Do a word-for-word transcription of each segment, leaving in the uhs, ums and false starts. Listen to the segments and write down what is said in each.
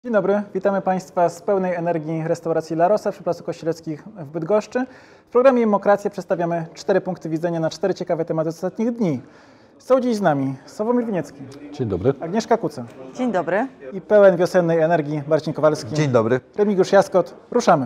Dzień dobry, witamy Państwa z pełnej energii restauracji La Rosa przy Placu Kościeleckich w Bydgoszczy. W programie Demokracja przedstawiamy cztery punkty widzenia na cztery ciekawe tematy z ostatnich dni. Są dziś z nami Sławomir Winiecki. Dzień dobry. Agnieszka Kuca. Dzień dobry. I pełen wiosennej energii Marcin Kowalski. Dzień dobry. Remigiusz Jaskot. Ruszamy.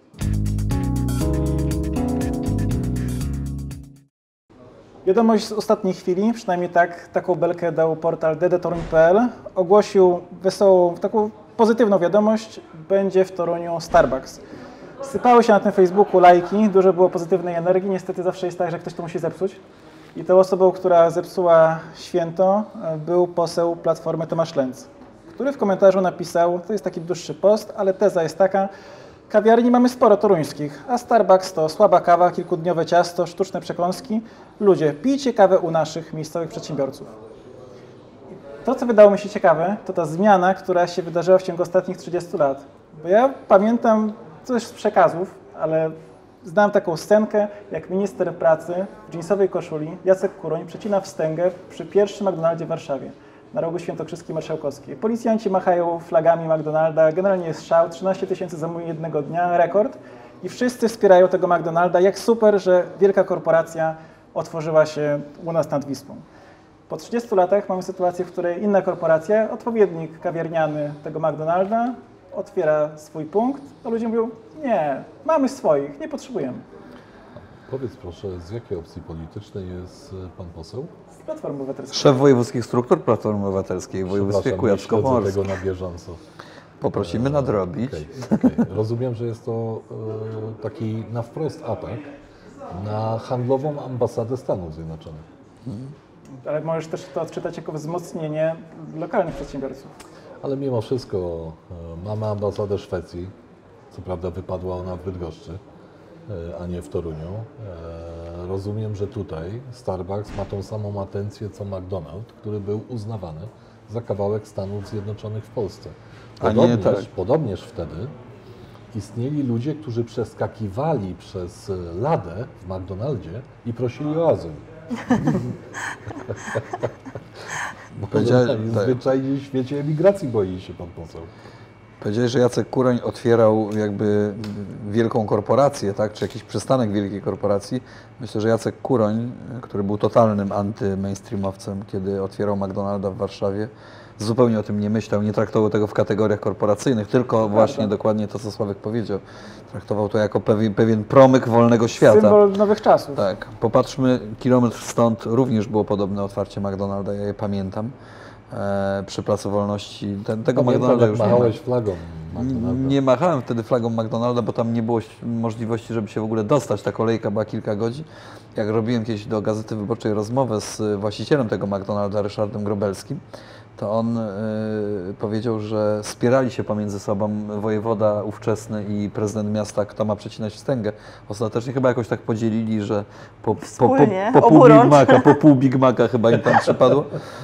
Wiadomość z ostatniej chwili, przynajmniej tak, taką belkę dał portal d d toruń kropka p l, ogłosił wesołą, taką pozytywną wiadomość, będzie w Toruniu Starbucks. Sypały się na tym Facebooku lajki, dużo było pozytywnej energii, niestety zawsze jest tak, że ktoś to musi zepsuć. I tą osobą, która zepsuła święto, był poseł Platformy Tomasz Lenz, który w komentarzu napisał, to jest taki dłuższy post, ale teza jest taka: kawiarni mamy sporo toruńskich, a Starbucks to słaba kawa, kilkudniowe ciasto, sztuczne przekąski. Ludzie, pijcie kawę u naszych miejscowych przedsiębiorców. To, co wydało mi się ciekawe, to ta zmiana, która się wydarzyła w ciągu ostatnich trzydziestu lat. Bo ja pamiętam coś z przekazów, ale znam taką scenkę, jak minister pracy w dżinsowej koszuli Jacek Kuroń przecina wstęgę przy pierwszym McDonaldzie w Warszawie, na rogu Świętokrzyskiej Marszałkowskiej. Policjanci machają flagami McDonalda, generalnie jest szał, trzynaście tysięcy zamówień jednego dnia, rekord. I wszyscy wspierają tego McDonalda, jak super, że wielka korporacja otworzyła się u nas nad Wisłą. Po trzydziestu latach mamy sytuację, w której inna korporacja, odpowiednik kawiarniany tego McDonalda, otwiera swój punkt, a ludzie mówią: nie, mamy swoich, nie potrzebujemy. Powiedz proszę, z jakiej opcji politycznej jest pan poseł? Z Platformy Obywatelskiej. Szef wojewódzkich struktur Platformy Obywatelskiej w województwie kujawsko-pomorskim. Tego na bieżąco. Poprosimy nadrobić. Okay, okay. Rozumiem, że jest to e, taki na wprost atak na handlową ambasadę Stanów Zjednoczonych. Hmm. Ale możesz też to odczytać jako wzmocnienie lokalnych przedsiębiorców. Ale mimo wszystko e, mamy ambasadę Szwecji. Co prawda wypadła ona w Bydgoszczy, e, a nie w Toruniu. E, rozumiem, że tutaj Starbucks ma tą samą atencję co McDonald's, który był uznawany za kawałek Stanów Zjednoczonych w Polsce. Podobnież, nie, tak. podobnież wtedy istnieli ludzie, którzy przeskakiwali przez ladę w McDonaldzie i prosili o azyl. Bo zwyczajnie w świecie emigracji boi się pan poseł. Powiedziałeś, że Jacek Kuroń otwierał jakby wielką korporację, tak? Czy jakiś przystanek wielkiej korporacji. Myślę, że Jacek Kuroń, który był totalnym anty-mainstreamowcem, kiedy otwierał McDonalda w Warszawie, zupełnie o tym nie myślał, nie traktował tego w kategoriach korporacyjnych, tylko właśnie tak. dokładnie to, co Sławek powiedział. Traktował to jako pewien, pewien promyk wolnego świata. Symbol nowych czasów. Tak. Popatrzmy, kilometr stąd również było podobne otwarcie McDonalda, ja je pamiętam. E, przy Placu Wolności. Ten, tego Pamiętam, McDonalda już machałeś nie ma. flagą McDonalda. Nie machałem wtedy flagą McDonalda, bo tam nie było możliwości, żeby się w ogóle dostać. Ta kolejka była kilka godzin. Jak robiłem kiedyś do Gazety Wyborczej rozmowę z właścicielem tego McDonalda, Ryszardem Grobelskim, to on y, powiedział, że spierali się pomiędzy sobą wojewoda ówczesny i prezydent miasta, kto ma przecinać wstęgę. Ostatecznie chyba jakoś tak podzielili, że po, po, po, po, po pół Big Maca, po pół Big Maca chyba im tam przypadło.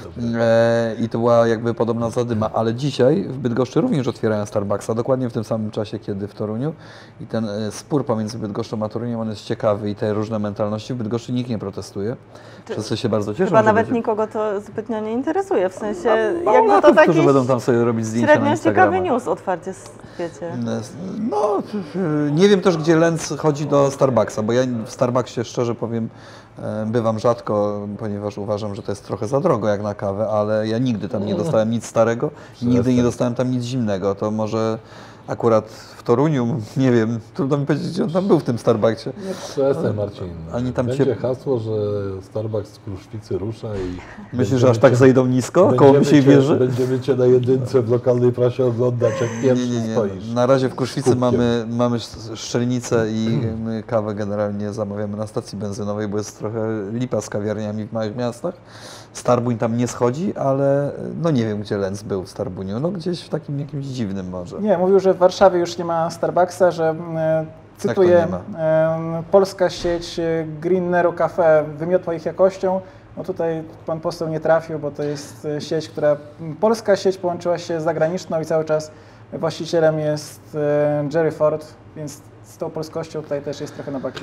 E, I to była jakby podobna zadyma. Ale dzisiaj w Bydgoszczy również otwierają Starbucksa, dokładnie w tym samym czasie, kiedy w Toruniu. I ten spór pomiędzy Bydgoszczą a Toruniem, on jest ciekawy i te różne mentalności. W Bydgoszczy nikt nie protestuje, przez co się bardzo cieszę. Chyba nawet będzie... nikogo to zbytnio nie interesuje, w sensie No, jakby to taki którzy będą tam sobie robić zdjęcia na Instagrama. Średnio ciekawy news otwarcie, wiecie. No, nie wiem też, gdzie Lenz chodzi do Starbucksa, bo ja w Starbucksie, szczerze powiem, bywam rzadko, ponieważ uważam, że to jest trochę za drogo jak na kawę, ale ja nigdy tam nie dostałem nic starego i nigdy nie dostałem tam nic zimnego. To może akurat w Toruniu, nie wiem, trudno mi powiedzieć, gdzie on tam był w tym Starbucksie. Nie przestań, Marcin. Ani tam Będzie cię... hasło, że Starbucks z Kruszwicy rusza i... Myślisz, że aż tak zejdą nisko? Koło mi się wierzy? Będziemy Cię na jedynce w lokalnej prasie oglądać, jak pierwszy nie, nie, nie. stoisz. Na razie w Kruszwicy mamy, mamy szczelnicę i my kawę generalnie zamawiamy na stacji benzynowej, bo jest trochę lipa z kawiarniami w małych miastach. Starbuń tam nie schodzi, ale no nie wiem, gdzie Lenz był w Starbuniu. No gdzieś w takim jakimś dziwnym może. Nie, mówił, że w Warszawie już nie ma Starbucksa, że e, cytuję, e, polska sieć Green Nero Cafe wymiotła ich jakością. No tutaj pan poseł nie trafił, bo to jest sieć, która, polska sieć połączyła się z zagraniczną i cały czas właścicielem jest e, Jerry Ford, więc z tą polskością tutaj też jest trochę na bakier.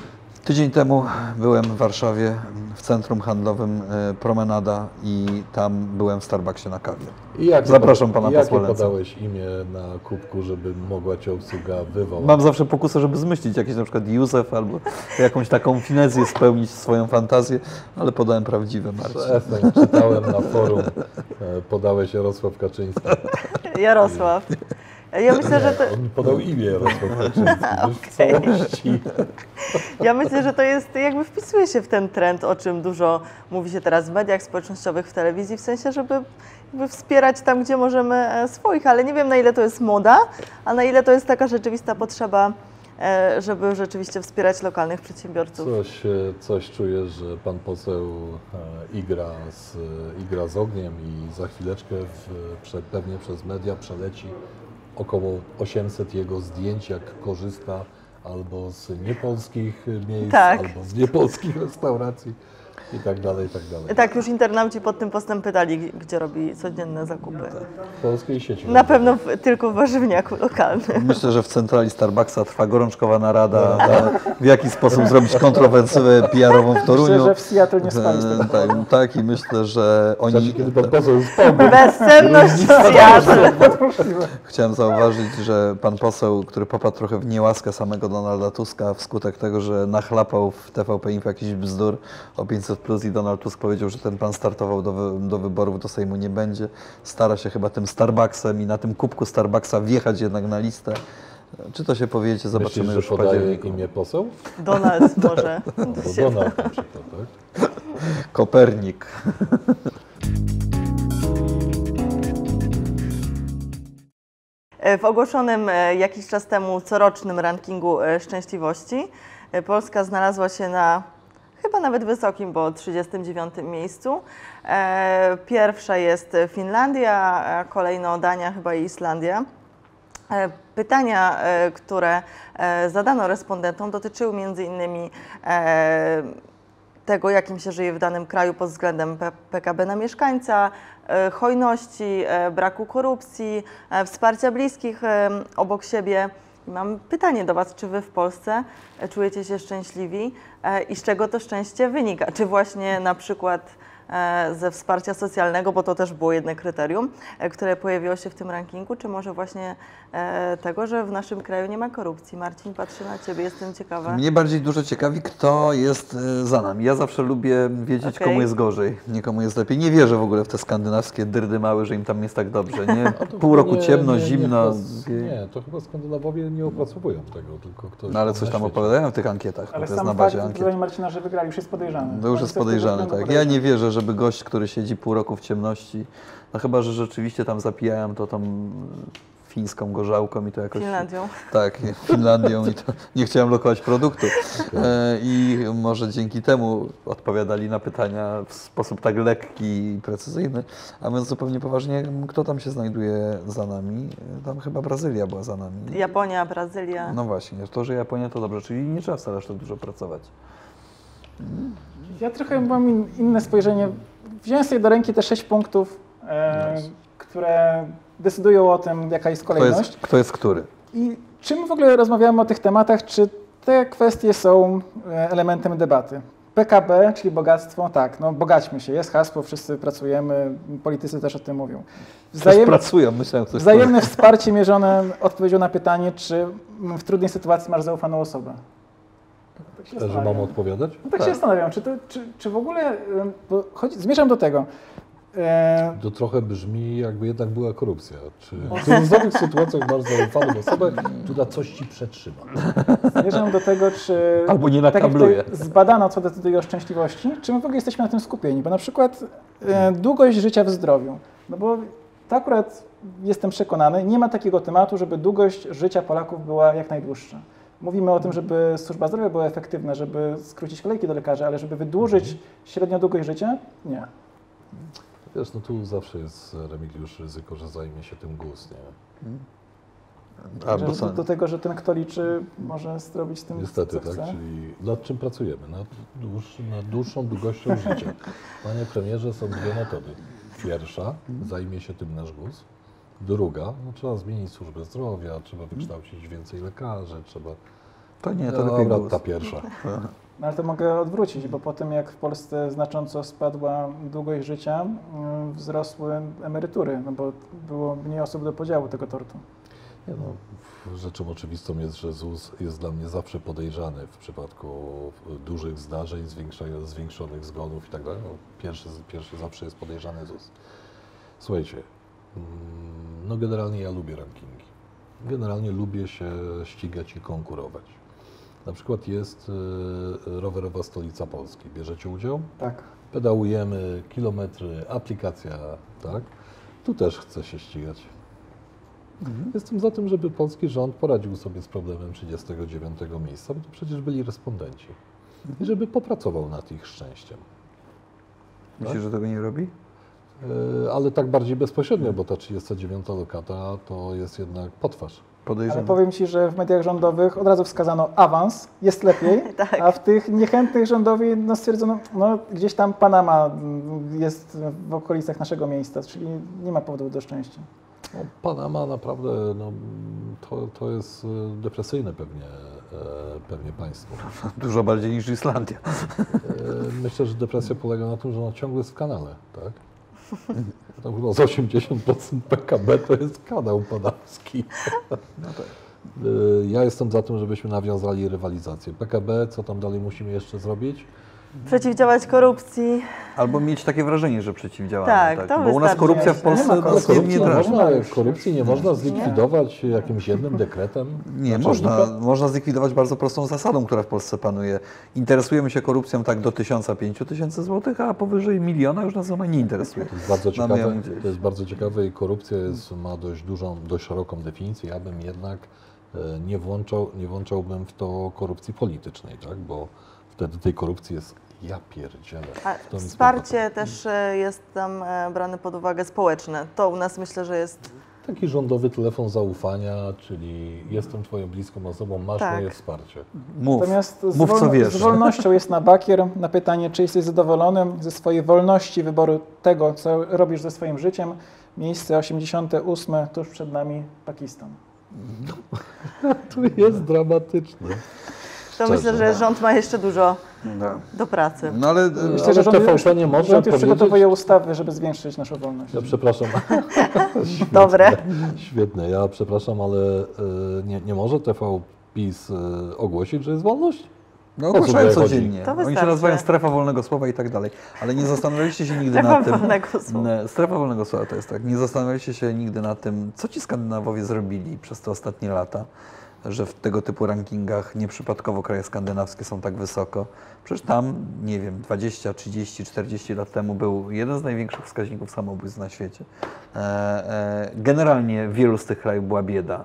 Tydzień temu byłem w Warszawie, w centrum handlowym e, Promenada i tam byłem w Starbucksie na kawie. I jakie Zapraszam poda- pana Jakie posła Lęca. podałeś imię na kubku, żeby mogła cię obsługa wywołać? Mam zawsze pokusę, żeby zmyślić jakiś na przykład Józef albo jakąś taką finezję, spełnić swoją fantazję, ale podałem prawdziwe, Marcin. Przestań, czytałem na forum, e, podałeś Jarosław Kaczyński. Jarosław. Ja myślę, że to, On podał imię Jarosław Kaczyński, wiesz, w całości. ja myślę, że to jest, jakby wpisuje się w ten trend, o czym dużo mówi się teraz w mediach społecznościowych, w telewizji, w sensie, żeby jakby wspierać tam, gdzie możemy e, swoich, ale nie wiem, na ile to jest moda, a na ile to jest taka rzeczywista potrzeba, e, żeby rzeczywiście wspierać lokalnych przedsiębiorców. Coś, e, coś czuję, że pan poseł e, igra z, e, igra z ogniem i za chwileczkę w, prze, pewnie przez media przeleci około osiemset jego zdjęć, jak korzysta albo z niepolskich miejsc, Tak. albo z niepolskich restauracji i tak dalej, i tak dalej. Tak, już internauci pod tym postem pytali, gdzie robi codzienne zakupy. W polskiej sieci. Na pewno w, tylko w warzywniaku lokalnym. Myślę, że w centrali Starbucksa trwa gorączkowa narada, na, w jaki sposób zrobić kontrowersję P R-ową w Toruniu. Myślę, że w Seattle nie spali z tego E, tak, tak, i myślę, że W czasie, oni... kiedy pan poseł spał, Bezcenność Seattle. Chciałem zauważyć, że pan poseł, który popadł trochę w niełaskę samego Donalda Tuska wskutek tego, że nachlapał w T V P Info jakiś bzdur o pięćset plus i Donald Tusk powiedział, że ten pan startował do, wy, do wyborów, do Sejmu nie będzie. Stara się chyba tym Starbucksem i na tym kubku Starbucksa wjechać jednak na listę. Czy to się powiedzie, zobaczymy myślisz, już że w podaje październiku. imię poseł? Donald może. Bo Donald na przykład, tak? Kopernik. W ogłoszonym e, jakiś czas temu corocznym rankingu e, szczęśliwości e, Polska znalazła się na chyba nawet wysokim, bo trzydziestym dziewiątym miejscu. E, Pierwsza jest Finlandia, a kolejno Dania chyba i Islandia. E, Pytania, e, które e, zadano respondentom, dotyczyły między innymi e, tego, jak im się żyje w danym kraju pod względem P K B na mieszkańca, e, hojności, e, braku korupcji, e, wsparcia bliskich e, obok siebie. I mam pytanie do Was, czy Wy w Polsce e, czujecie się szczęśliwi e, i z czego to szczęście wynika? Czy właśnie na przykład e, ze wsparcia socjalnego, bo to też było jedno kryterium, e, które pojawiło się w tym rankingu, czy może właśnie e, tego, że w naszym kraju nie ma korupcji? Marcin, patrzę na Ciebie, jestem ciekawa. Mnie bardziej dużo ciekawi, kto jest e, za nami. Ja zawsze lubię wiedzieć, Okej. komu jest gorzej, nie komu jest lepiej. Nie wierzę w ogóle w te skandynawskie dyrdy małe, że im tam jest tak dobrze. Nie? A to Pół chyba roku nie- ciemno, nie- nie zimno. chyba- Nie, to chyba Skandynawowie nie opracowują tego, tylko ktoś No ale na coś tam świecie. opowiadają w tych ankietach, bo Ale to jest na sam bazie fakt ankiet. zdaniem Marcina, że wygrali, już jest podejrzany. To już jest podejrzane, tak. Ja nie wierzę, żeby gość, który siedzi pół roku w ciemności, no chyba, że rzeczywiście tam zapijają to tą fińską gorzałką i to jakoś... Finlandią. Tak, Finlandią i to nie chciałem lokować produktu. E, I może dzięki temu odpowiadali na pytania w sposób tak lekki i precyzyjny. A więc zupełnie poważnie, kto tam się znajduje za nami? Tam chyba Brazylia była za nami. Japonia, Brazylia. No właśnie, to, że Japonia to dobrze, czyli nie trzeba wcale aż tak dużo pracować. Ja trochę mam in, inne spojrzenie. Wziąłem sobie do ręki te sześć punktów, e, Nice. które decydują o tym, jaka jest Kto kolejność. jest, kto jest który? I czy my w ogóle rozmawiamy o tych tematach, czy te kwestie są e, elementem debaty? P K B, czyli bogactwo, tak, no bogaćmy się, jest hasło, wszyscy pracujemy, politycy też o tym mówią. Też Wzajem, pracują, myślałem, ktoś wzajemne wsparcie mierzone odpowiedzią na pytanie, czy w trudnej sytuacji masz zaufaną osobę. Tak się Też, że zastanawiam. mam odpowiadać? No tak się zastanawiam, czy, to, czy, czy w ogóle, y, bo chodzi, zmierzam do tego, e, To trochę brzmi, jakby jednak była korupcja. Czy w kryzysowych sytuacjach masz zaufaną osobę, która coś ci przetrzyma? zmierzam do tego, czy Albo nie tak jak nakabluje. tutaj zbadano, co decyduje o szczęśliwości, czy my w ogóle jesteśmy na tym skupieni, bo na przykład e, długość życia w zdrowiu, no bo to akurat jestem przekonany, nie ma takiego tematu, żeby długość życia Polaków była jak najdłuższa. Mówimy o tym, żeby służba zdrowia była efektywna, żeby skrócić kolejki do lekarzy, ale żeby wydłużyć średnią długość życia, nie. Wiesz, no tu zawsze jest, Remigiusz, ryzyko, że zajmie się tym GUS, nie? Albo Że co? do, do tego, że ten, kto liczy, może zrobić z tym, Niestety, co tak? chce. Czyli nad czym pracujemy? Nad, dłuż, nad dłuższą długością życia. Panie premierze, są dwie metody. Pierwsza, zajmie się tym nasz GUS. Druga, no trzeba zmienić służbę zdrowia, trzeba wykształcić więcej lekarzy, trzeba... To nie, to No, lepiej dobra, GUS. ta pierwsza. No ale to mogę odwrócić, bo po tym jak w Polsce znacząco spadła długość życia, y, wzrosły emerytury, no bo było mniej osób do podziału tego tortu. Nie no, rzeczą oczywistą jest, że ZUS jest dla mnie zawsze podejrzany w przypadku dużych zdarzeń, zwiększa- zwiększonych zgonów i tak dalej. No, pierwszy, pierwszy zawsze jest podejrzany ZUS. Słuchajcie, mm, no generalnie ja lubię rankingi. Generalnie lubię się ścigać i konkurować. Na przykład jest y, rowerowa stolica Polski. Bierzecie udział? Tak. Pedałujemy, kilometry, aplikacja, tak? Tu też chcę się ścigać. Mhm. Jestem za tym, żeby polski rząd poradził sobie z problemem trzydziestego dziewiątego miejsca, bo to przecież byli respondenci. I żeby popracował nad ich szczęściem. Myślisz, tak? że tego nie robi? Yy, ale tak bardziej bezpośrednio, bo ta trzydziesta dziewiąta lokata to jest jednak potwarz. Ale powiem Ci, że w mediach rządowych od razu wskazano awans, jest lepiej, tak. A w tych niechętnych rządowi no, stwierdzono, no gdzieś tam Panama jest w okolicach naszego miejsca, czyli nie ma powodów do szczęścia. No, Panama naprawdę, no, to, to jest depresyjne pewnie, pewnie państwo. Dużo bardziej niż Islandia. Myślę, że depresja polega na tym, że ono ciągle jest w kanale, tak? Tam chyba z osiemdziesiąt procent P K B to jest kanał panamski. No tak. Ja jestem za tym, żebyśmy nawiązali rywalizację. P K B, co tam dalej musimy jeszcze zrobić? Przeciwdziałać korupcji. Albo mieć takie wrażenie, że przeciwdziałamy. Tak, tak. to Bo u nas korupcja w Polsce nie ma nas korupcji, nie nie drażni. można, korupcji nie można zlikwidować jakimś jednym dekretem? Nie, można, można zlikwidować bardzo prostą zasadą, która w Polsce panuje. Interesujemy się korupcją tak do tysiąca pięciu tysięcy złotych, a powyżej miliona już nas ona nie interesuje. To jest bardzo ciekawe, to jest bardzo ciekawe i korupcja jest, ma dość dużą, dość szeroką definicję. Ja bym jednak nie włączał, nie włączałbym w to korupcji politycznej, tak? Bo wtedy tej korupcji jest ja pierdzielę. A wsparcie też jest tam brane pod uwagę społeczne. To u nas myślę, że jest... Taki rządowy telefon zaufania, czyli jestem Twoją bliską osobą, masz tak. moje wsparcie. Mów, Natomiast z, mów co wolno, wiesz. z wolnością jest na bakier. Na pytanie, czy jesteś zadowolony ze swojej wolności wyboru tego, co robisz ze swoim życiem. Miejsce osiemdziesiąte ósme, tuż przed nami Pakistan. Tu jest dramatyczne. To myślę, że rząd ma jeszcze dużo No. do pracy. No ale Myślę, że rząd T V P już, nie może rząd już powiedzieć- przygotowuje ustawy, żeby zwiększyć naszą wolność. Ja przepraszam. Świetne, Dobre. Świetne. Ja przepraszam, ale y, nie, nie może T V PiS y, ogłosić, że jest wolność? no, ogłaszają chodzi. codziennie. To Oni się wystarczy. nazywają strefa wolnego słowa i tak dalej. Ale nie zastanawialiście się nigdy Strefa nad tym. wolnego słowa. Nie, Strefa wolnego słowa to jest tak. Nie zastanawialiście się nigdy nad tym, co ci Skandynawowie zrobili przez te ostatnie lata, że w tego typu rankingach nieprzypadkowo kraje skandynawskie są tak wysoko. Przecież tam, nie wiem, dwadzieścia, trzydzieści, czterdzieści lat temu był jeden z największych wskaźników samobójstw na świecie. E, e, generalnie w wielu z tych krajów była bieda.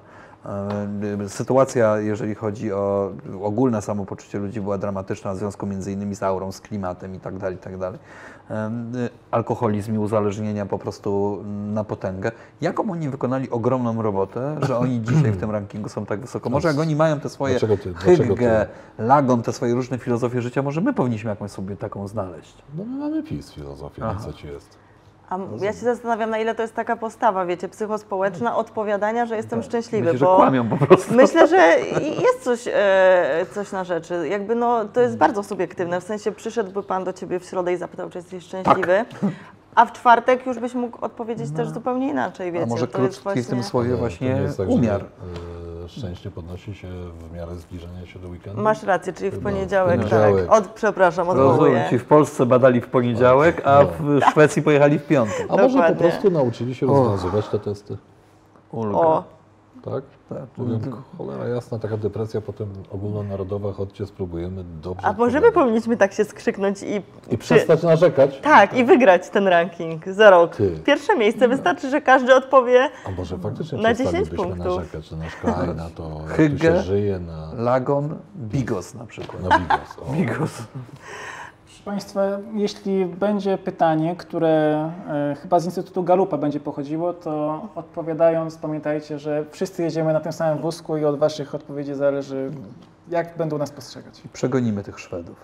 E, Sytuacja, jeżeli chodzi o ogólne samopoczucie ludzi, była dramatyczna w związku między innymi z aurą, z klimatem i tak dalej, i tak dalej. E, Alkoholizm i uzależnienia po prostu na potęgę. Jaką oni wykonali ogromną robotę, że oni dzisiaj w tym rankingu są tak wysoko? Może jak oni mają te swoje Dlaczego ty- dlaczego Hygge, Lagon, te swoje różne filozofie życia, może my powinniśmy jakąś sobie taką znaleźć. No my mamy PiS filozofię, Aha. co ci jest. A ja się zastanawiam, na ile to jest taka postawa, wiecie, psychospołeczna, odpowiadania, że jestem szczęśliwy, Myślę, że bo kłamią po prostu. myślę, że jest coś, e, coś na rzeczy. Jakby no, to jest bardzo subiektywne, w sensie przyszedłby Pan do Ciebie w środę i zapytał, czy jesteś szczęśliwy, a w czwartek już byś mógł odpowiedzieć też zupełnie inaczej, wiecie. A może to jest klucz w tym słowie Ale to właśnie nie jest tak, umiar. Że, y, szczęście podnosi się w miarę zbliżenia się do weekendu? Masz rację, czyli w Chyba poniedziałek, poniedziałek. tak. Od, przepraszam, Rozumiem, odwołuję. ci w Polsce badali w poniedziałek, a w Szwecji pojechali w piątek. A może po Dokładnie. prostu nauczyli się rozwiązywać te testy, Ulga. O, tak? Tak. Mówią, cholera jasna, taka depresja potem ogólnonarodowa, chodźcie spróbujemy dobrze a może my odpowiadać. powinniśmy tak się skrzyknąć i... I przestać narzekać? Tak, i wygrać ten ranking za rok. Ty. Pierwsze miejsce, wystarczy, że każdy odpowie. A może faktycznie Na dziesięć przestalibyśmy punktów. narzekać, że nasz kraj, na to, jak tu Hygge. się żyje, na, Lagon, Bigos na przykład. na Bigos. O. Bigos. Proszę Państwa, jeśli będzie pytanie, które e, chyba z Instytutu Galupa będzie pochodziło, to odpowiadając pamiętajcie, że wszyscy jedziemy na tym samym wózku i od Waszych odpowiedzi zależy, jak będą nas postrzegać. Przegonimy tych Szwedów.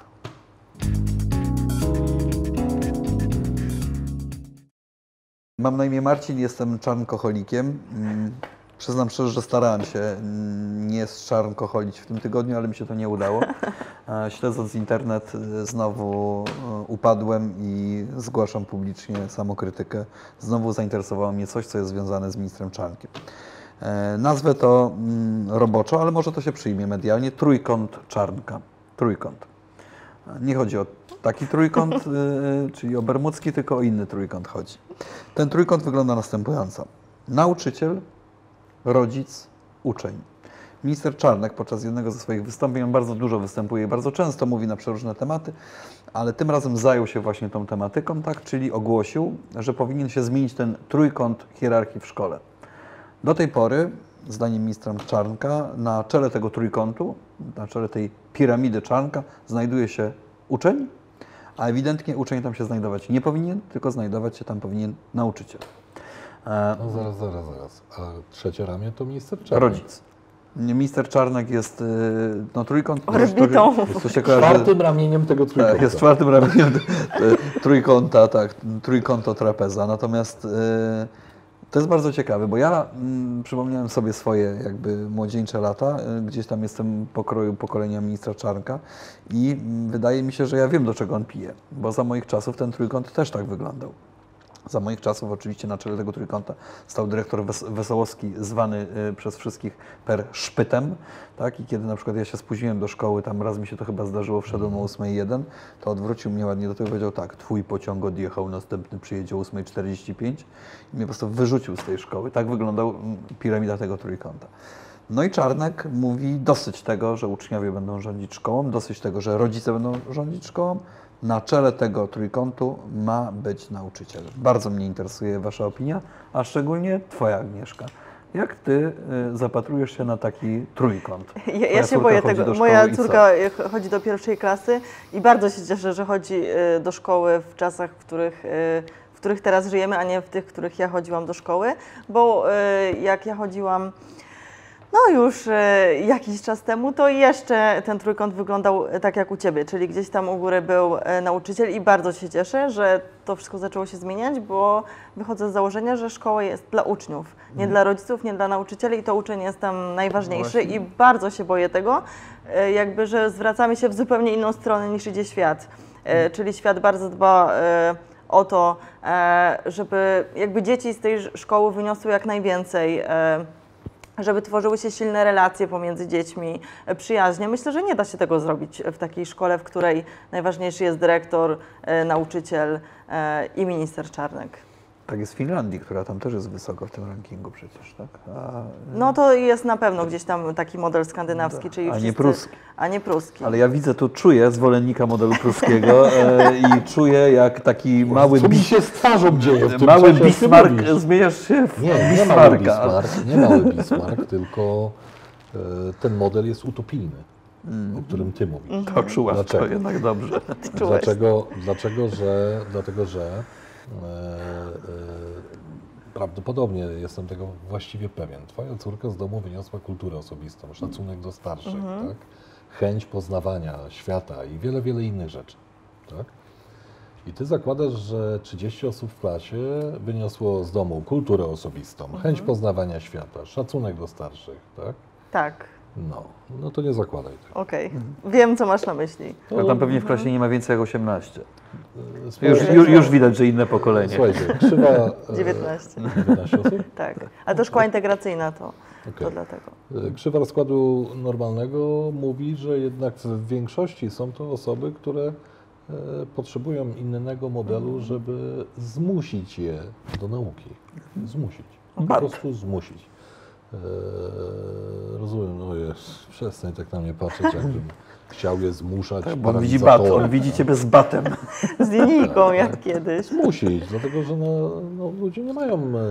Mam na imię Marcin, jestem czarnkoholikiem. Mm, Przyznam szczerze, że starałem się nie szarnkocholić w tym tygodniu, ale mi się to nie udało. Śledząc internet znowu upadłem i zgłaszam publicznie samokrytykę. Znowu zainteresowało mnie coś, co jest związane z ministrem Czarnkiem. Nazwę to roboczo, ale może to się przyjmie medialnie. Trójkąt Czarnka. Trójkąt. Nie chodzi o taki trójkąt, czyli o bermudzki, tylko o inny trójkąt chodzi. Ten trójkąt wygląda następująco. Nauczyciel, rodzic, uczeń. Minister Czarnek podczas jednego ze swoich wystąpień, on bardzo dużo występuje i bardzo często mówi na przeróżne tematy, ale tym razem zajął się właśnie tą tematyką, tak, czyli ogłosił, że powinien się zmienić ten trójkąt hierarchii w szkole. Do tej pory, zdaniem ministra Czarnka, na czele tego trójkątu, na czele tej piramidy Czarnka znajduje się uczeń, a ewidentnie uczeń tam się znajdować nie powinien, tylko znajdować się tam powinien nauczyciel. No zaraz, zaraz, zaraz. A trzecie ramię to minister Czarnek. Rodzic. Minister Czarnek jest no, trójkąt. Orbitą. Jest, to się kojarzy, Czwartym ramieniem tego trójkąta. tak, jest czwartym ramieniem trójkąta, tak, trójkąto trapeza. Natomiast to jest bardzo ciekawe, bo ja mm, przypomniałem sobie swoje jakby młodzieńcze lata, gdzieś tam jestem pokroju pokolenia ministra Czarnka i wydaje mi się, że ja wiem, do czego on pije, bo za moich czasów ten trójkąt też tak wyglądał. Za moich czasów oczywiście na czele tego trójkąta stał dyrektor Wesołowski, zwany y, przez wszystkich per Szpytem, tak? I kiedy na przykład ja się spóźniłem do szkoły, tam raz mi się to chyba zdarzyło, wszedłem o ósmej jeden, to odwrócił mnie ładnie do tego i powiedział tak, twój pociąg odjechał, następny przyjedzie o ósmej czterdzieści pięć i mnie po prostu wyrzucił z tej szkoły. Tak wyglądał piramida tego trójkąta. No i Czarnek mówi dosyć tego, że uczniowie będą rządzić szkołą, dosyć tego, że rodzice będą rządzić szkołą. Na czele tego trójkątu ma być nauczyciel. Bardzo mnie interesuje Wasza opinia, a szczególnie Twoja, Agnieszka. Jak Ty y, zapatrujesz się na taki trójkąt? Ja, ja się boję tego. Moja córka chodzi do pierwszej klasy i bardzo się cieszę, że chodzi y, do szkoły w czasach, w których, y, w których teraz żyjemy, a nie w tych, w których ja chodziłam do szkoły, bo y, jak ja chodziłam no już e, jakiś czas temu, to jeszcze ten trójkąt wyglądał tak jak u Ciebie, czyli gdzieś tam u góry był e, nauczyciel i bardzo się cieszę, że to wszystko zaczęło się zmieniać, bo wychodzę z założenia, że szkoła jest dla uczniów, nie dla rodziców, nie dla nauczycieli i to uczeń jest tam najważniejszy Właśnie. i bardzo się boję tego, e, jakby, że zwracamy się w zupełnie inną stronę niż idzie świat, e, czyli świat bardzo dba e, o to, e, żeby jakby dzieci z tej szkoły wyniosły jak najwięcej, e, żeby tworzyły się silne relacje pomiędzy dziećmi, przyjaźnie. Myślę, że nie da się tego zrobić w takiej szkole, w której najważniejszy jest dyrektor, e, nauczyciel e, i minister Czarnek. Tak jest w Finlandii, która tam też jest wysoko w tym rankingu przecież, tak? A, No to jest na pewno gdzieś tam taki model skandynawski, czyli a nie wszyscy, pruski. A nie pruski. Ale ja widzę, tu czuję zwolennika modelu pruskiego e, i czuję jak taki mały Co mi bis, się z twarzą dzieje w tym mały czasie, Bismarck, jak ty mówisz? zmieniasz się w Nie, nie mały Bismarcka. Bismarck, nie mały Bismarck, tylko e, ten model jest utopijny, o którym Ty mówisz. To czułaś, Dlaczego? to jednak dobrze. Czułeś. Dlaczego? Dlaczego, że, dlatego, że e, e, prawdopodobnie jestem tego właściwie pewien. Twoja córka z domu wyniosła kulturę osobistą, szacunek do starszych, Mhm. tak? Chęć poznawania świata i wiele, wiele innych rzeczy. Tak? I Ty zakładasz, że trzydzieści osób w klasie wyniosło z domu kulturę osobistą, chęć poznawania świata, szacunek do starszych, tak? Tak, No, no to nie zakładaj tego. okej. Wiem, co masz na myśli. No tam pewnie w klasie nie ma więcej jak osiemnaście. Słuchaj, Już, już, już widać, że inne pokolenie. Słuchajcie, krzywa... e, dziewiętnaście. dziewiętnaście osób? Tak, a to szkoła integracyjna to, Okej. to dlatego. Krzywa rozkładu normalnego mówi, że jednak w większości są to osoby, które e, potrzebują innego modelu, żeby zmusić je do nauki. Zmusić. Po Bardzo. prostu zmusić. E, rozumiem, no jest, przestań tak na mnie patrzeć, jakbym chciał je zmuszać. Bo on widzi bat, paralizatorem. on widzi ciebie z batem. Z linijką jak kiedyś. Zmusić, dlatego że no, no, ludzie nie mają e,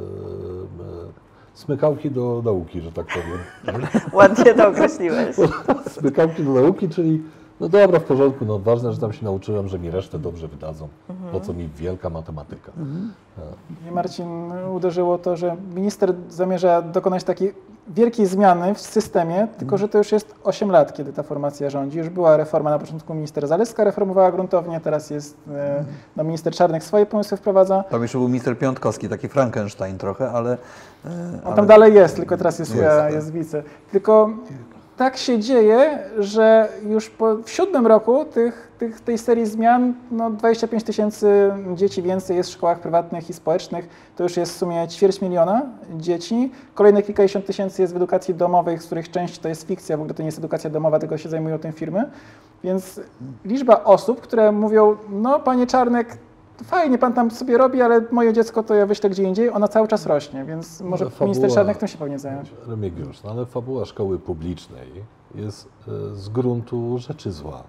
e, e, smykałki do nauki, że tak powiem. Ładnie to określiłeś. Smykałki do nauki, czyli no dobra, w porządku, no ważne, że tam się nauczyłem, że mi resztę dobrze wydadzą. Po co mi wielka matematyka. Mnie, Marcin, uderzyło to, że minister zamierza dokonać takiej wielkiej zmiany w systemie, tylko że to już jest osiem lat, kiedy ta formacja rządzi. Już była reforma na początku, minister Zaleska reformowała gruntownie, teraz jest e, no, minister Czarnek swoje pomysły wprowadza. Tam jeszcze był minister Piątkowski, taki Frankenstein trochę, ale... e, On ale- tam dalej jest, tylko teraz jest, Jest, jest, tak. jest wice. Tylko tak się dzieje, że już po, w siódmym roku tych, tych, tej serii zmian no dwadzieścia pięć tysięcy dzieci więcej jest w szkołach prywatnych i społecznych. To już jest w sumie ćwierć miliona dzieci. Kolejne kilkadziesiąt tysięcy jest w edukacji domowej, z których część to jest fikcja, w ogóle to nie jest edukacja domowa, tylko się zajmują tym firmy. Więc liczba osób, które mówią, no panie Czarnek, fajnie pan tam sobie robi, ale moje dziecko to ja wyślę gdzie indziej, ona cały czas rośnie, więc może fabuła- minister Czarnek tym się powinien zająć. Remigiusz, no ale fabuła szkoły publicznej jest e, z gruntu rzeczy zła.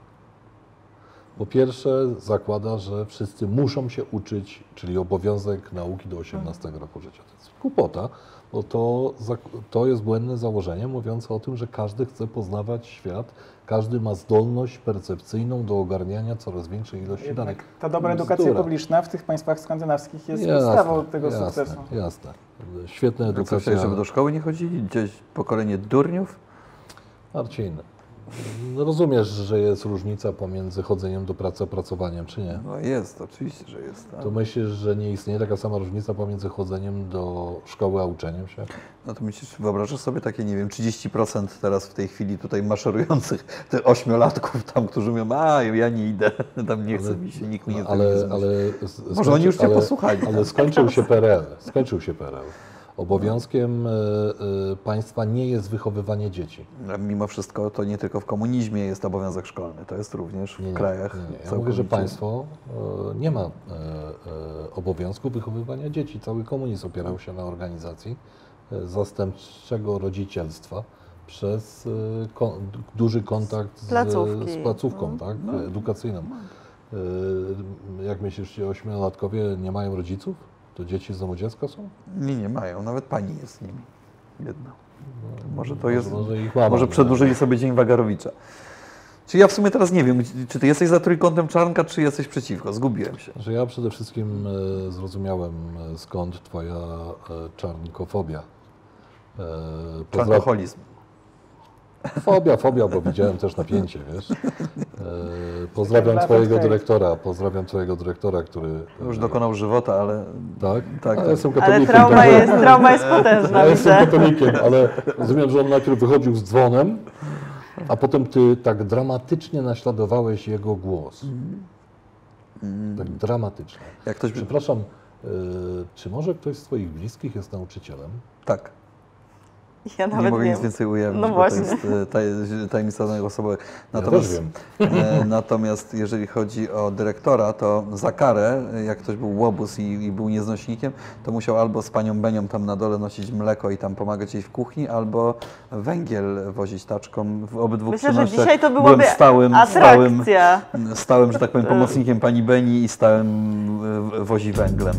Po pierwsze zakłada, że wszyscy muszą się uczyć, czyli obowiązek nauki do osiemnastego roku życia. To jest głupota, bo to, zak- to jest błędne założenie mówiące o tym, że każdy chce poznawać świat, każdy ma zdolność percepcyjną do ogarniania coraz większej ilości Jednak danych. ta dobra edukacja Bzdura. publiczna w tych państwach skandynawskich jest Jasne, podstawą tego jasne, sukcesu. Jasne. Świetna Co, edukacja. chciałeś, żeby do szkoły nie chodzili? Gdzieś pokolenie durniów? Marcin, no rozumiesz, że jest różnica pomiędzy chodzeniem do pracy a pracowaniem, czy nie? No jest, oczywiście, że jest. Tak. To myślisz, że nie istnieje taka sama różnica pomiędzy chodzeniem do szkoły a uczeniem się? No to myślisz, wyobrażasz sobie takie, nie wiem, trzydzieści procent teraz w tej chwili tutaj maszerujących, tych ośmiolatków tam, którzy mówią, a ja nie idę, tam nie chce Ale- mi się, nikt mnie nie Ale, zmusi. ale Może oni już cię ale, posłuchali. Ale skończył się P R L. Skończył się P R L. Obowiązkiem e, e, państwa nie jest wychowywanie dzieci. Mimo wszystko to nie tylko w komunizmie jest obowiązek szkolny, to jest również w Nie, nie, krajach nie, nie. Ja mówię, całkowicie- że państwo e, nie ma e, e, obowiązku wychowywania dzieci. Cały komunizm opierał się na organizacji e, zastępczego rodzicielstwa przez e, ko, duży kontakt z, Placówki. z placówką No. tak, edukacyjną. E, jak myślisz, ci ośmiolatkowie nie mają rodziców? To dzieci z domu dziecka są? Nie, nie mają, nawet pani jest z nimi. Jedna. Może to Może- jest, może ich mama, może nie? przedłużyli sobie Dzień Wagarowicza. Czy ja w sumie teraz nie wiem, czy ty jesteś za trójkątem Czarnka, czy jesteś przeciwko? Zgubiłem się. Że ja przede wszystkim e, zrozumiałem, e, skąd twoja e, czarnkofobia. E, pozdraw- Czarnkoholizm. Fobia, fobia, bo widziałem też napięcie, wiesz. E, pozdrawiam Latem twojego hejt. dyrektora, pozdrawiam twojego dyrektora, który... Już dokonał żywota, ale Tak? Tak, Ja tak. jestem Ale katolikiem. trauma także- jest, trauma jest potężna, Ja jestem widzę. katolikiem, ale rozumiem, że on najpierw wychodził z dzwonem, a potem ty tak dramatycznie naśladowałeś jego głos. Tak dramatycznie. jak ktoś... Przepraszam, y, czy może ktoś z twoich bliskich jest nauczycielem? Tak. Ja Nie nawet mogę nie nic wiem. więcej ujawnić, No bo właśnie. to jest e, taj, tajemnica danych osobowych. Ja Natomiast, też wiem. e, natomiast jeżeli chodzi o dyrektora, to za karę, e, jak ktoś był łobuz i, i był nieznośnikiem, to musiał albo z panią Benią tam na dole nosić mleko i tam pomagać jej w kuchni, albo węgiel wozić taczką. W obydwu Myślę, że czynnościach dzisiaj to byłem byłaby stałym, stałym, atrakcja. stałym, że tak powiem, pomocnikiem pani Beni i stałym e, wozi węglem.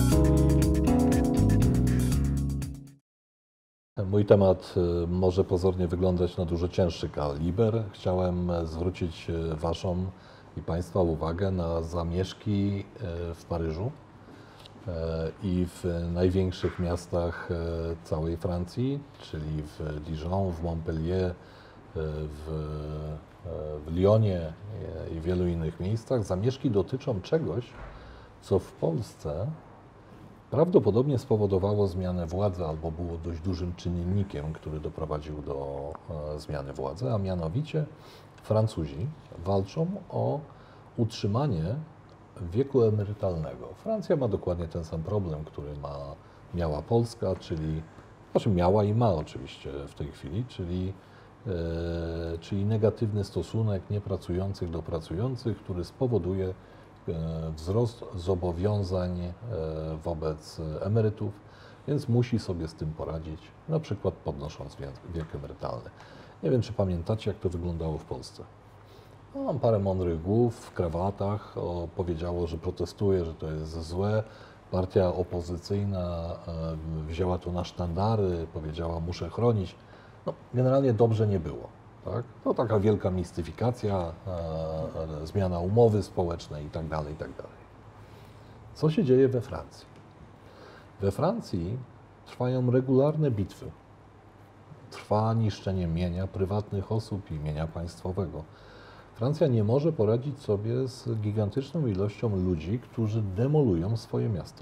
Mój temat y, może pozornie wyglądać na dużo cięższy kaliber. Chciałem e, zwrócić e, Waszą i Państwa uwagę na zamieszki e, w Paryżu e, i w największych miastach e, całej Francji, czyli w Dijon, w Montpellier, e, w, e, w Lyonie e, i wielu innych miejscach. Zamieszki dotyczą czegoś, co w Polsce prawdopodobnie spowodowało zmianę władzy albo było dość dużym czynnikiem, który doprowadził do e, zmiany władzy, a mianowicie Francuzi walczą o utrzymanie wieku emerytalnego. Francja ma dokładnie ten sam problem, który ma, miała Polska, czyli, znaczy miała i ma oczywiście w tej chwili, czyli, e, czyli negatywny stosunek niepracujących do pracujących, który spowoduje wzrost zobowiązań wobec emerytów, więc musi sobie z tym poradzić, na przykład podnosząc wiek emerytalny. Nie wiem, czy pamiętacie, jak to wyglądało w Polsce. No, mam parę mądrych głów w krawatach, o, powiedziało, że protestuje, że to jest złe. Partia opozycyjna e, wzięła to na sztandary, powiedziała, muszę chronić. No, generalnie dobrze nie było. Tak? To taka wielka mistyfikacja, e, e, zmiana umowy społecznej i tak dalej, i tak dalej. Co się dzieje we Francji? We Francji trwają regularne bitwy trwa niszczenie mienia prywatnych osób i mienia państwowego. Francja nie może poradzić sobie z gigantyczną ilością ludzi, którzy demolują swoje miasto.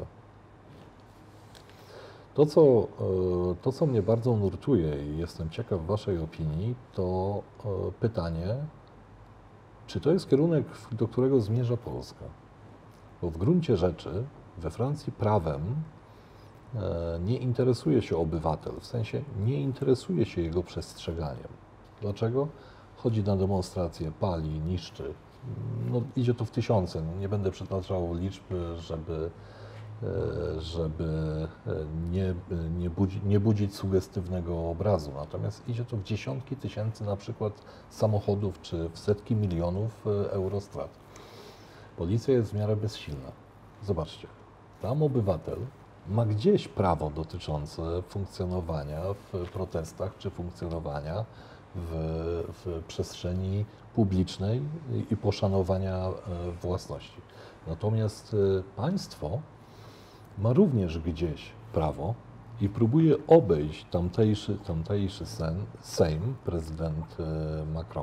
To co, to, co mnie bardzo nurtuje i jestem ciekaw Waszej opinii, to pytanie, czy to jest kierunek, do którego zmierza Polska? Bo w gruncie rzeczy we Francji prawem nie interesuje się obywatel, w sensie nie interesuje się jego przestrzeganiem. Dlaczego? Chodzi na demonstracje, pali, niszczy. No, idzie to w tysiące. Nie będę przytaczał liczb, żeby, żeby nie, nie, budzi, nie budzić sugestywnego obrazu. Natomiast idzie to w dziesiątki tysięcy na przykład samochodów, czy w setki milionów euro strat. Policja jest w miarę bezsilna. Zobaczcie, tam obywatel ma gdzieś prawo dotyczące funkcjonowania w protestach, czy funkcjonowania w, w przestrzeni publicznej i poszanowania własności. Natomiast państwo ma również gdzieś prawo i próbuje obejść tamtejszy, tamtejszy sen, Sejm, prezydent Macron,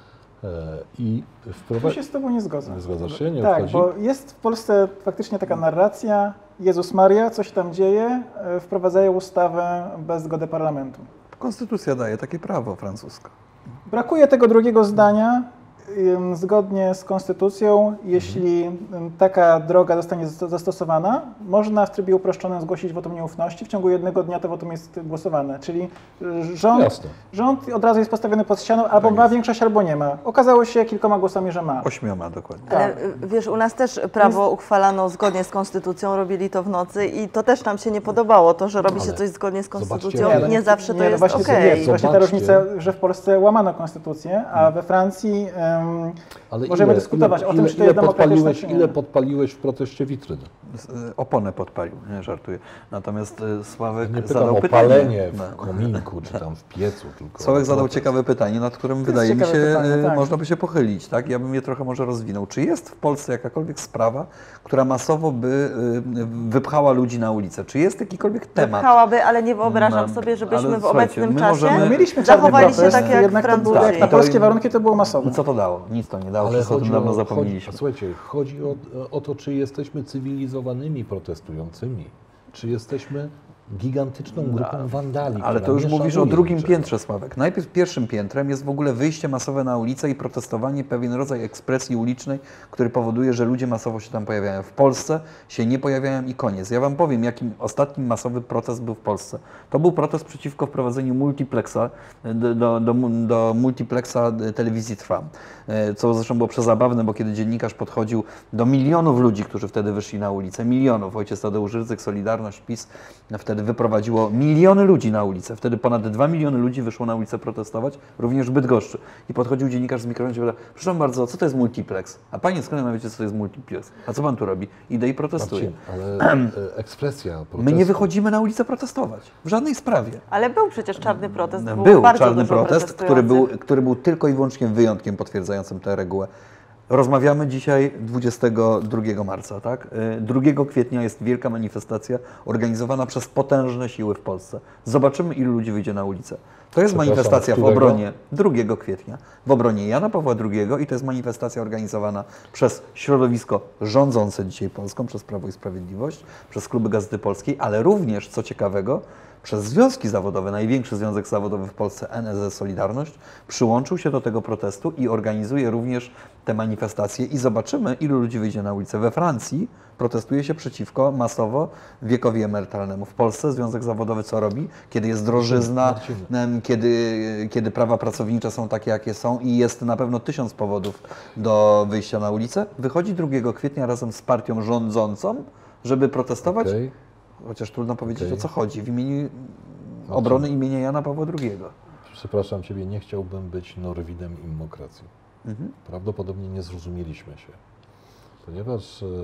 i Tu wprowadzić. się z Tobą nie zgodzę. Nie zgadzasz się? Nie Tak, wchodzi? bo jest w Polsce faktycznie taka narracja, Jezus Maria, coś tam dzieje, e, wprowadzają ustawę bez zgody parlamentu. Konstytucja daje takie prawo francuska. Brakuje tego drugiego zdania. Ym, Zgodnie z konstytucją, jeśli ym, taka droga zostanie zas- zastosowana, można w trybie uproszczonym zgłosić wotum nieufności. W ciągu jednego dnia to wotum jest głosowane. Czyli y, rząd, Jasne. rząd od razu jest postawiony pod ścianą, albo Tak ma jest. większość, albo nie ma. Okazało się kilkoma głosami, że ma. Ośmioma dokładnie. Ale y, wiesz, u nas też prawo uchwalano zgodnie z konstytucją, robili to w nocy i to też nam się nie podobało. To, że robi się Ale coś zgodnie z zobaczcie, konstytucją, Nie, nie, no zawsze to nie, no jest właśnie, okej. jest właśnie ta Zobaczcie. różnica, że w Polsce łamano konstytucję, a we Francji ym, Ale możemy ile, dyskutować ile, o tym, ile, czy to ile jest demokratyczne, podpaliłeś, czy nie. ile podpaliłeś w proteście witryny? Z- y, Oponę podpalił, nie żartuję. Natomiast y, Sławek Nie pytam zadał o pytanie. palenie w No. kominku, czy tam w piecu, tylko Sławek o zadał protest. ciekawe pytanie, nad którym jest wydaje mi się, ciekawe pytanie, y, tak. można by się pochylić. Tak? Ja bym je trochę może rozwinął. Czy jest w Polsce jakakolwiek sprawa, która masowo by y, wypchała ludzi na ulicę? Czy jest jakikolwiek temat? Wypchałaby, ale nie wyobrażam No, sobie, żebyśmy ale w słuchajcie, obecnym my czasie możemy- No, mieliśmy czarny zachowali się protest, tak jak jednak to było, Francuzi. jak na I to polskie im- warunki to było masowe. I co to dało? Nic to nie dało, Ale wszyscy o tym chodzi dawno o, zapomnieliśmy. chodzi, słuchajcie, chodzi o, o to, czy jesteśmy cywilizowanymi protestującymi, czy jesteśmy gigantyczną grupą wandali. Ale która to już nie mówisz o szanuje drugim niczego. piętrze, Sławek. Najpierw pierwszym piętrem jest w ogóle wyjście masowe na ulicę i protestowanie, pewien rodzaj ekspresji ulicznej, który powoduje, że ludzie masowo się tam pojawiają. W Polsce się nie pojawiają i koniec. Ja Wam powiem, jakim ostatnim masowy protest był w Polsce. To był protest przeciwko wprowadzeniu multiplexa, do, do, do, do multiplexa telewizji Trwam. Co zresztą było przezabawne, bo kiedy dziennikarz podchodził do milionów ludzi, którzy wtedy wyszli na ulicę, milionów, ojciec Tadeusz Rydzyk, Solidarność, PiS, wtedy wyprowadziło miliony ludzi na ulicę. Wtedy ponad dwa miliony ludzi wyszło na ulicę protestować, również w Bydgoszczy. I podchodził dziennikarz z mikrofonem i pytał, proszę bardzo, co to jest multiplex? A Panie skąd ma wiecie, co to jest multiplex? A co Pan tu robi? Idę i protestuję. Marcin, ale e, ekspresja protestu. My nie wychodzimy na ulicę protestować. W żadnej sprawie. Ale był przecież czarny protest. Było Był bardzo czarny dużo protest, który był, protestujących. który był tylko i wyłącznie wyjątkiem potwierdzającym tę regułę. Rozmawiamy dzisiaj dwudziestego drugiego marca, tak? drugiego kwietnia jest wielka manifestacja organizowana przez potężne siły w Polsce. Zobaczymy, ilu ludzi wyjdzie na ulicę. To jest Przepraszam, manifestacja w którego? obronie drugiego kwietnia, w obronie Jana Pawła drugiego i to jest manifestacja organizowana przez środowisko rządzące dzisiaj Polską, przez Prawo i Sprawiedliwość, przez kluby Gazety Polskiej, ale również, co ciekawego, przez związki zawodowe, największy związek zawodowy w Polsce, N S Z Solidarność, przyłączył się do tego protestu i organizuje również te manifestacje i zobaczymy, ilu ludzi wyjdzie na ulicę. We Francji protestuje się przeciwko masowo wiekowi emerytalnemu. W Polsce związek zawodowy co robi? Kiedy jest drożyzna, em, kiedy, kiedy prawa pracownicze są takie, jakie są i jest na pewno tysiąc powodów do wyjścia na ulicę, wychodzi drugiego kwietnia razem z partią rządzącą, żeby protestować. Okej. Chociaż trudno powiedzieć, Okej. o co chodzi. W imieniu obrony imienia Jana Pawła drugiego. Przepraszam Ciebie, nie chciałbym być Norwidem immokracji. Mhm. Prawdopodobnie nie zrozumieliśmy się. Ponieważ e, m,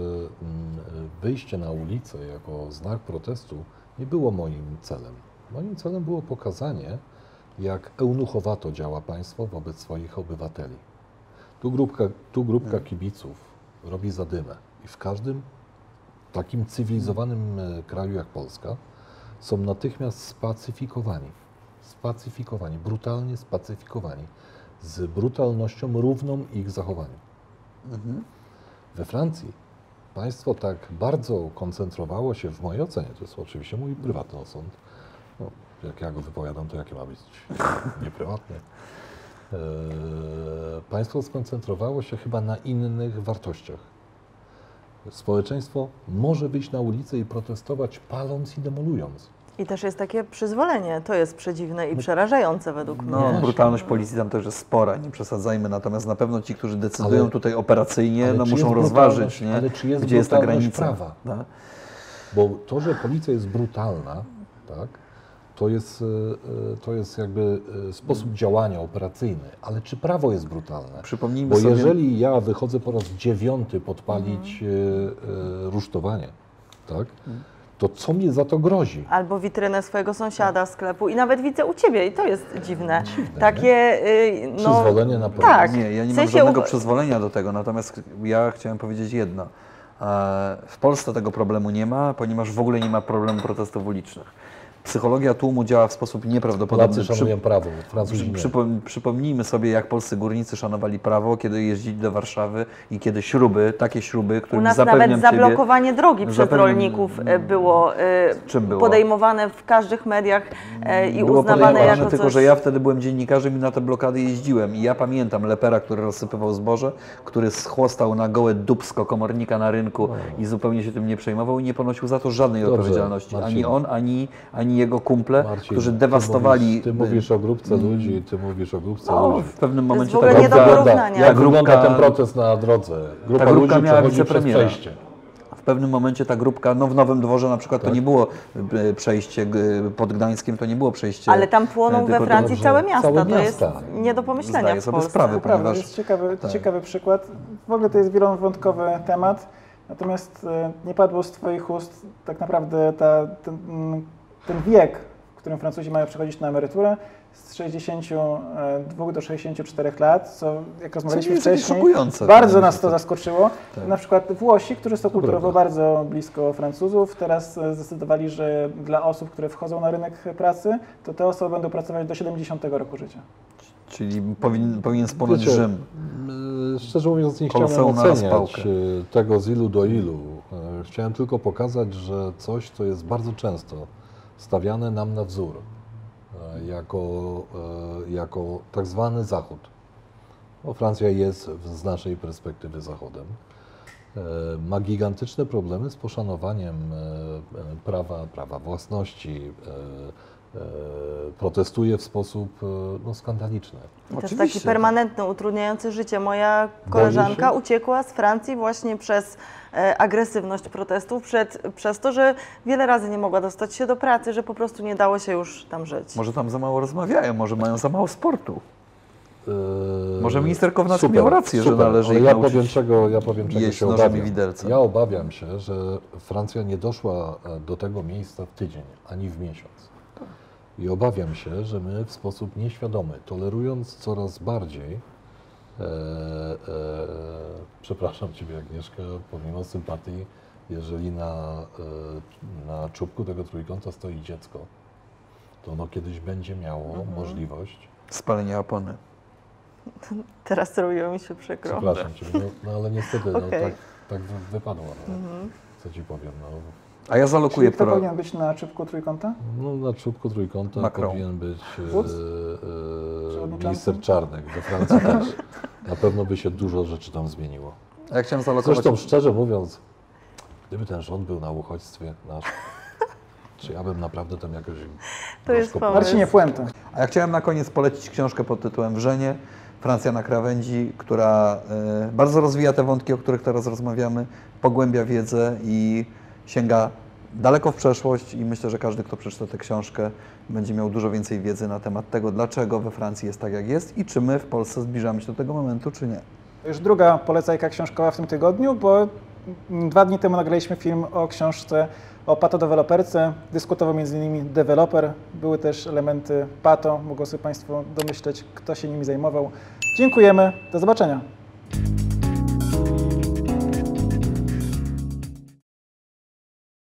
wyjście na ulicę jako znak protestu nie było moim celem. Moim celem było pokazanie, jak eunuchowato działa państwo wobec swoich obywateli. Tu grupka, tu grupka kibiców robi zadymę i w każdym takim cywilizowanym e, kraju jak Polska są natychmiast spacyfikowani. Spacyfikowani, brutalnie spacyfikowani, z brutalnością równą ich zachowaniu. Mhm. We Francji państwo tak bardzo koncentrowało się, w mojej ocenie, to jest oczywiście mój prywatny osąd, no, jak ja go wypowiadam, to jakie ma być nieprywatne. Eee, państwo skoncentrowało się chyba na innych wartościach. Społeczeństwo może wyjść na ulicę i protestować, paląc i demolując. I też jest takie przyzwolenie. To jest przedziwne i przerażające według mnie. No, brutalność policji tam też jest spora, nie przesadzajmy, natomiast na pewno ci, którzy decydują Ale- tutaj operacyjnie, ale no czy muszą jest rozważyć, brutalność- nie? ale czy jest gdzie jest ta brutalność granica. prawa? Tak? Bo to, że policja jest brutalna, tak, to jest, e, e, to jest jakby e, sposób działania operacyjny, ale czy prawo jest brutalne? Przypomnijmy Bo sobie... jeżeli ja wychodzę po raz dziewiąty podpalić e, e, rusztowanie, tak, to co mnie za to grozi? Albo witrynę swojego sąsiada sklepu i nawet widzę u Ciebie i to jest dziwne. Dziwne, Takie, y, no... Przyzwolenie na protest. Tak. Nie, ja nie W mam sensie żadnego uch- przyzwolenia do tego, natomiast ja chciałem powiedzieć jedno. E, W Polsce tego problemu nie ma, ponieważ w ogóle nie ma problemu protestów ulicznych. Psychologia tłumu działa w sposób nieprawdopodobny. Polacy szanują prawo, Francuzi nie. Przypom- przypomnijmy sobie, jak polscy górnicy szanowali prawo, kiedy jeździli do Warszawy i kiedy śruby, takie śruby, U którymi nas zapewniam nawet Ciebie, zablokowanie drogi przez zapewniam- rolników e, było, e, Czym było? podejmowane w każdych mediach e, i było uznawane podejmowane, jako tylko coś... że ja wtedy byłem dziennikarzem i na te blokady jeździłem. I ja pamiętam Lepera, który rozsypywał zboże, który schłostał na gołe dupsko komornika na rynku i zupełnie się tym nie przejmował i nie ponosił za to żadnej Dobrze, odpowiedzialności. Marcin. Ani on, ani, ani jego kumple, Marcin, którzy dewastowali... Ty mówisz, ty mówisz o grupce ludzi, ty mówisz o grupce No, ludzi. w pewnym w momencie ogóle ta nie do grupka- porównania. Jak Ta wygląda grupka- ten protest na drodze? Grupa Ta grupka ludzi miała przechodzi przez wicepremiera. przejście. W pewnym momencie ta grupka, no w Nowym Dworze na przykład to Tak. nie było e, przejście, g- pod Gdańskiem to nie było przejście... Ale tam płoną e, we tylko Francji dobrze. całe miasta. Całe To jest miasta. nie do pomyślenia Zdaję w sobie Polsce. sprawę. To prawda, ponieważ- jest ciekawy, tak. ciekawy przykład. W ogóle to jest wielowątkowy temat, natomiast e, nie padło z Twoich ust tak naprawdę ta, ten, mm, ten wiek, w którym Francuzi mają przechodzić na emeryturę, z sześćdziesięciu dwóch do sześćdziesięciu czterech lat, co jak rozmawialiśmy jest jakieś wcześniej, szokujące. bardzo Tak, nas to tak. zaskoczyło. Tak. Na przykład Włosi, którzy są kulturowo prawda. bardzo blisko Francuzów, teraz e, zdecydowali, że dla osób, które wchodzą na rynek pracy, to te osoby będą pracować do siedemdziesiątego roku życia. Czyli powin, powinien spłonąć Wiecie, Rzym. y, Szczerze mówiąc, nie chciałem Koloseum na oceniać rozpałkę. y, tego z ilu do ilu. Y, Chciałem tylko pokazać, że coś, co jest bardzo często stawiane nam na wzór, y, jako, y, jako tak zwany Zachód. Bo Francja jest w- z naszej perspektywy Zachodem. Y, Ma gigantyczne problemy z poszanowaniem y, y, prawa, prawa własności. y, y, Protestuje w sposób y, no, skandaliczny. I też taki Oczywiście. permanentny, utrudniający życie. Moja koleżanka się? uciekła z Francji właśnie przez e, agresywność protestów, przed, przez to, że wiele razy nie mogła dostać się do pracy, że po prostu nie dało się już tam żyć. Może tam za mało rozmawiają, może mają za mało sportu. Yy, Może minister Kownacki super, miał rację, że super, należy ale ich ja nauczyć powiem czego, ja powiem czego jeść się nożem i obawiam. widelcem. Ja obawiam się, że Francja nie doszła e, do tego miejsca w tydzień, ani w miesiąc. I obawiam się, że my w sposób nieświadomy, tolerując coraz bardziej, e, e, przepraszam Ciebie Agnieszka, pomimo sympatii, jeżeli na, e, na czubku tego trójkąta stoi dziecko, to ono kiedyś będzie miało Mhm. możliwość. spalenia opony. Teraz robiło mi się przykro. Przepraszam Cię, no, no ale niestety no, Okej. tak, tak wy- wypadło. No. Co Ci powiem, no, A ja zalokuję Czyli kto pro... powinien być na czubku trójkąta? no na czubku trójkąta Macron. powinien być e, Wódz? e, Przewodniczący? minister Czarnek we Francji też. Na pewno by się dużo rzeczy tam zmieniło. A ja chciałem zalokować... Zresztą szczerze mówiąc, gdyby ten rząd był na uchodźstwie nasz, czy ja bym naprawdę tam jakoś To jest gorzko pomysł. Marcinie, puentę. A ja chciałem na koniec polecić książkę pod tytułem Wrzenie, Francja na krawędzi, która e, bardzo rozwija te wątki, o których teraz rozmawiamy, pogłębia wiedzę i sięga daleko w przeszłość i myślę, że każdy, kto przeczyta tę książkę, będzie miał dużo więcej wiedzy na temat tego, dlaczego we Francji jest tak, jak jest i czy my w Polsce zbliżamy się do tego momentu, czy nie. To już druga polecajka książkowa w tym tygodniu, bo dwa dni temu nagraliśmy film o książce o patodeweloperce. Dyskutował między innymi deweloper. Były też elementy pato. Mogą sobie Państwo domyśleć, kto się nimi zajmował. Dziękujemy. Do zobaczenia.